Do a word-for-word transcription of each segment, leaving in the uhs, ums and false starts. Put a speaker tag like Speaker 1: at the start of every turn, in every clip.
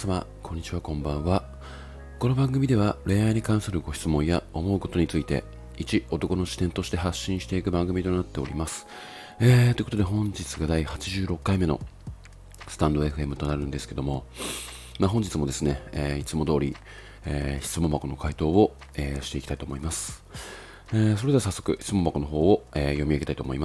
Speaker 1: 様、こんにちは、こんばんは。この番組では恋愛に関するご質問や思うことについて、一男の視点として発信していく番組となっております。えー、ということで本日がだいはちじゅうろっかいめのスタンド エフエム となるんですけども、まあ、本日もですね、えーいつも通り、えー質問箱の回答を、えーしていきたいと思います。えーそれでは早速質問箱の方を、えー読み上げたいと思います。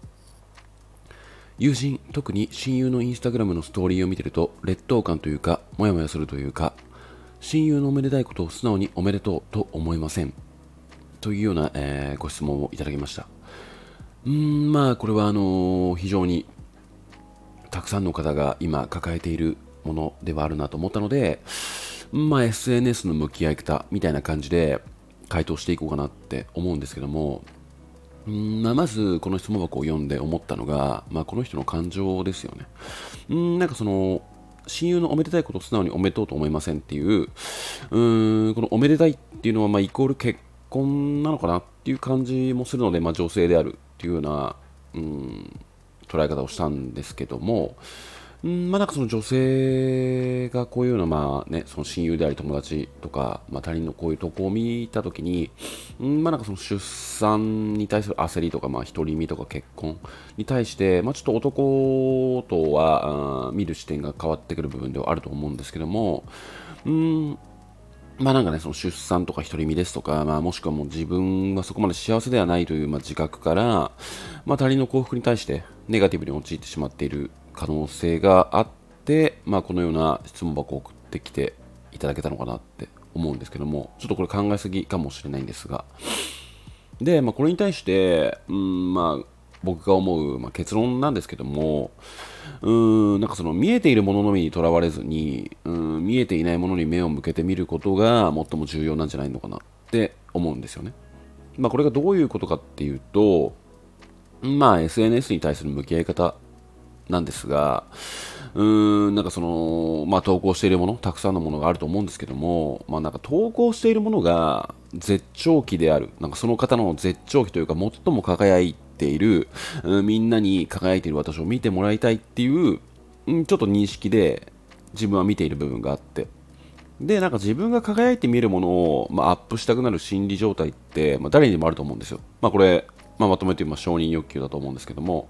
Speaker 1: 友人、特に親友のインスタグラムのストーリーを見てると劣等感というか、モヤモヤするというか、親友のおめでたいことを素直におめでとうと思いませんというような、えーご質問をいただきました。うーんまあこれはあのー非常にたくさんの方が今抱えているものではあるなと思ったので、まあ エスエヌエス の向き合い方みたいな感じで回答していこうかなって思うんですけども、うーんまあ、まずこの質問箱を読んで思ったのが、まあ、この人の感情ですよね。うーんなんかその親友のおめでたいことを素直におめでとうと思いませんっていう、うーんこのおめでたいっていうのはまあイコール結婚なのかなっていう感じもするので、まあ、女性であるっていうようなうーん捉え方をしたんですけども、うんまあ、なんかその女性がこういうような、まあね、その親友であり友達とか、まあ、他人のこういう投稿を見たときに、うんまあ、なんかその出産に対する焦りとか、まあ、独り身とか結婚に対して、まあ、ちょっと男とはあー見る視点が変わってくる部分ではあると思うんですけども、うんまあなんかね、その出産とか独り身ですとか、まあもしくはもう自分はそこまで幸せではないという、まあ、自覚から、まあ他人の幸福に対してネガティブに陥ってしまっている可能性があって、まあこのような質問箱を送ってきていただけたのかなって思うんですけども、ちょっとこれ考えすぎかもしれないんですが、で、まあこれに対して、うん、まあ僕が思う、まあ、結論なんですけども、うーんなんかその見えているもののみにとらわれずに、うーん見えていないものに目を向けてみることが最も重要なんじゃないのかなって思うんですよね。まあ、これがどういうことかっていうと、まあ、エスエヌエス に対する向き合い方なんですが、うーんなんかその、まあ、投稿しているもの、たくさんのものがあると思うんですけども、まあ、なんか投稿しているものが絶頂期である、なんかその方の絶頂期というか、最も輝いている、うんみんなに輝いている私を見てもらいたいっていう、うんちょっと認識で自分は見ている部分があって、で、なんか自分が輝いて見えるものを、まあ、アップしたくなる心理状態って、まあ、誰にでもあると思うんですよ。まあ、これ、まあ、まとめて言うと承認欲求だと思うんですけども、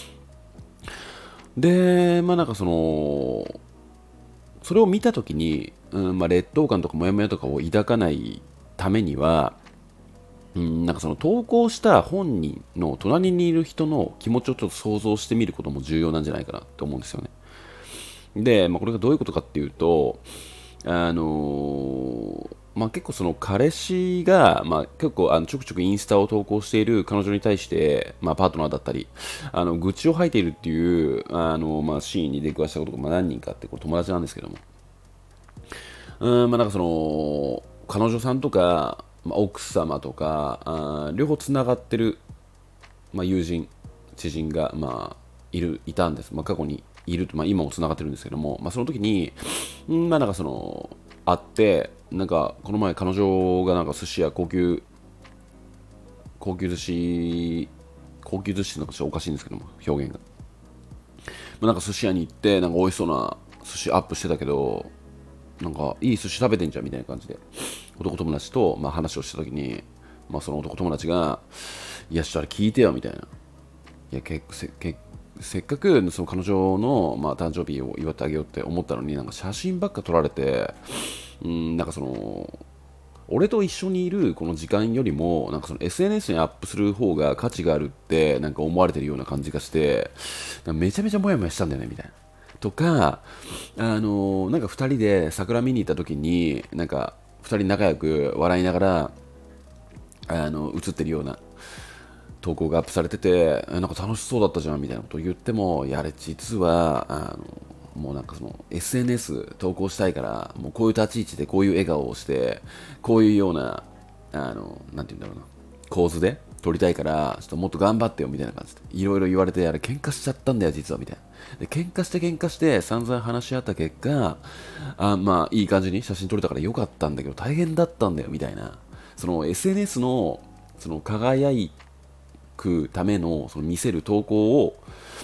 Speaker 1: で、まあなんかその、それを見たときに、うんまあ、劣等感とかモヤモヤとかを抱かないためには、うん、なんかその投稿した本人の隣にいる人の気持ちをちょっと想像してみることも重要なんじゃないかなと思うんですよね。で、まあ、これがどういうことかっていうと、あのーまあ、結構その彼氏が、まあ、結構あのちょくちょくインスタを投稿している彼女に対して、まあ、パートナーだったりあの愚痴を吐いているっていうあの、まあ、シーンに出くわしたことが、まあ、何人かあって、これ友達なんですけども、うんまあ、なんかその彼女さんとか、まあ、奥様とかあ両方つながってる、まあ、友人知人が、まあ、いるいたんです、まあ、過去にいると、まあ、今もつながってるんですけども、まあ、その時に、んまあ、なんかその会ってなんかこの前彼女がなんか寿司屋高級高級寿司高級寿司のおかしいんですけども表現が、まあ、なんか寿司屋に行ってなんか美味しそうな寿司アップしてたけどなんかいい寿司食べてんじゃんみたいな感じで男友達とまあ話をした時に、まあ、その男友達がいやちょっとあれ聞いてよみたいな、いやけせけせっかくその彼女の、まあ、誕生日を祝ってあげようって思ったのになんか写真ばっか撮られて、うんなんかその俺と一緒にいるこの時間よりもなんかその エスエヌエス にアップする方が価値があるってなんか思われてるような感じがして、なんかめちゃめちゃモヤモヤしたんだよねみたいなとか、あのなんかふたりで桜見に行った時になんかふたり仲良く笑いながらあの映ってるような投稿がアップされてて、なんか楽しそうだったじゃんみたいなことを言っても、いやあれ実はあのもうなんかその エスエヌエス 投稿したいからもうこういう立ち位置でこういう笑顔をしてこういうようなあのなんて言うんだろうな構図で撮りたいからちょっともっと頑張ってよみたいな感じでいろいろ言われて、あれ喧嘩しちゃったんだよ実はみたいなで喧嘩して喧嘩して散々話し合った結果、あまあいい感じに写真撮れたからよかったんだけど大変だったんだよみたいな、その エスエヌエス のその輝いくためのその見せる投稿を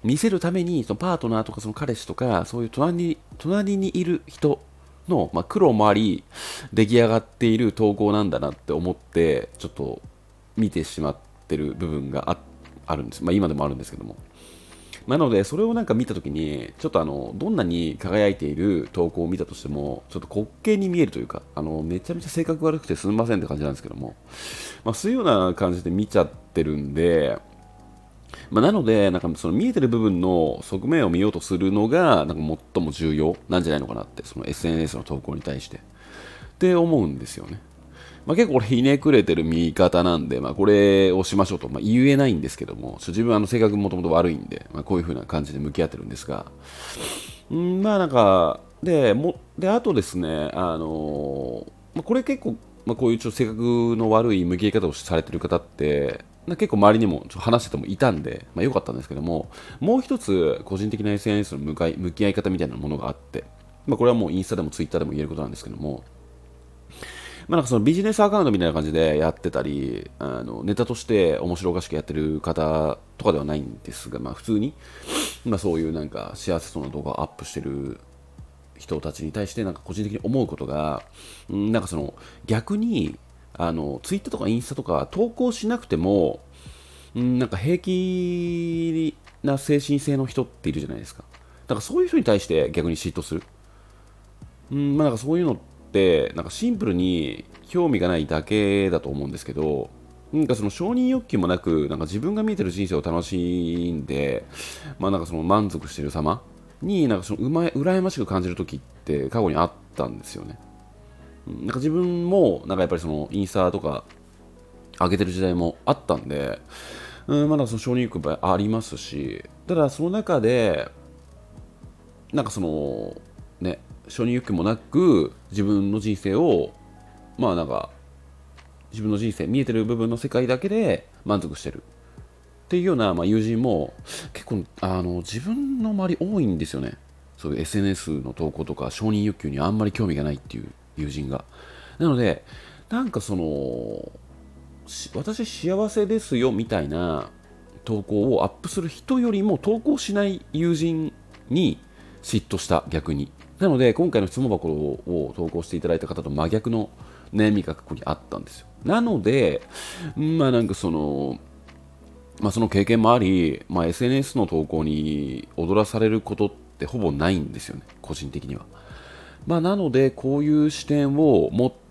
Speaker 1: 見せるためにそのパートナーとかその彼氏とかそういう隣に隣にいる人の、まあ、苦労もあり出来上がっている投稿なんだなって思ってちょっと見てしまってる部分が あ, あるんです、まあ、今でもあるんですけども、なのでそれをなんか見たときにちょっとあのどんなに輝いている投稿を見たとしてもちょっと滑稽に見えるというか、あのめちゃめちゃ性格悪くてすみませんって感じなんですけども、まあ、そういうような感じで見ちゃってるんで、まあ、なのでなんかその見えてる部分の側面を見ようとするのがなんか最も重要なんじゃないのかなって、その エスエヌエス の投稿に対してって思うんですよね。まあ、結構これひねくれてる見方なんで、まあ、これをしましょうと、まあ、言えないんですけども、自分はあの性格もともと悪いんで、まあ、こういう風な感じで向き合ってるんですが、んまあなんかでもであとですね、あのまあ、これ結構、まあ、こういうちょっと性格の悪い向き合い方をされてる方ってなんか結構周りにもちょっと話しててもいたんで、まあ、良かったんですけども、もう一つ個人的な エスエヌエス の向かい向き合い方みたいなものがあって、まあ、これはもうインスタでもツイッターでも言えることなんですけども、まあ、なんかそのビジネスアカウントみたいな感じでやってたり、あのネタとして面白おかしくやってる方とかではないんですが、まあ、普通に、まあ、そういうなんか幸せそうな動画をアップしてる人たちに対してなんか個人的に思うことが、んなんかその逆にあのツイッターとかインスタとか投稿しなくても、んなんか平気な精神性の人っているじゃないですか。だからそういう人に対して逆に嫉妬する。うんまあ、なんかそういうのってなんかシンプルに興味がないだけだと思うんですけど、なんかその承認欲求もなくなんか自分が見えてる人生を楽しんで、まあ、なんかその満足している様になんかそのうまい羨ましく感じる時って過去にあったんですよね。うんなんか自分もなんかやっぱりそのインスタとか上げてる時代もあったんで、うんまだその承認欲求ありますし、ただその中でなんかそのね承認欲求もなく自分の人生をまあなんか自分の人生見えてる部分の世界だけで満足してるっていうような、まあ、友人も結構あの自分の周り多いんですよね。そういう エスエヌエス の投稿とか承認欲求にあんまり興味がないっていう友人が。なのでなんかその私幸せですよみたいな投稿をアップする人よりも投稿しない友人に嫉妬した、逆に。なので今回の質問箱を投稿していただいた方と真逆の悩みがここにあったんですよ。なのでまあなんかそのまあその経験もあり、まあ、エスエヌエス の投稿に踊らされることってほぼないんですよね、個人的には。まあなのでこういう視点を持って、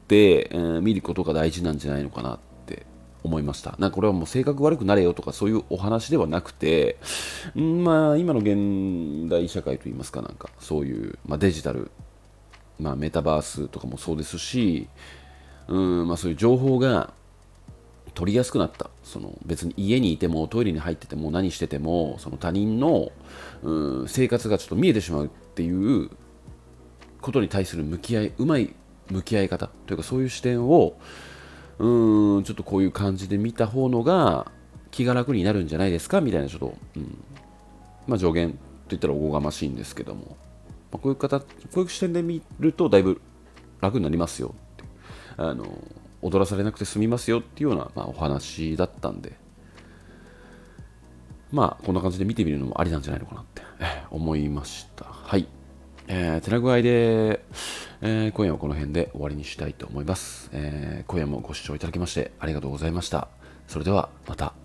Speaker 1: えー見ることが大事なんじゃないのかなって思いました。なんかこれはもう性格悪くなれよとかそういうお話ではなくて、んまあ今の現代社会といいますか、なんかそういう、まあ、デジタル、まあ、メタバースとかもそうですし、うんまあ、そういう情報が取りやすくなった。その別に家にいてもトイレに入ってても何しててもその他人の、うん、生活がちょっと見えてしまうっていうことに対する向き合い、うまい向き合い方というか、そういう視点をうーんちょっとこういう感じで見た方のが気が楽になるんじゃないですかみたいな、ちょっと、うんまあ、助言と言ったらおこがましいんですけども、まあ、こういう方こういう視点で見るとだいぶ楽になりますよって、あの踊らされなくて済みますよっていうような、まあ、お話だったんで、まあこんな感じで見てみるのもありなんじゃないのかなって思いました。はい。えー、手な具合で、えー今夜はこの辺で終わりにしたいと思います。えー今夜もご視聴いただきましてありがとうございました。それではまた。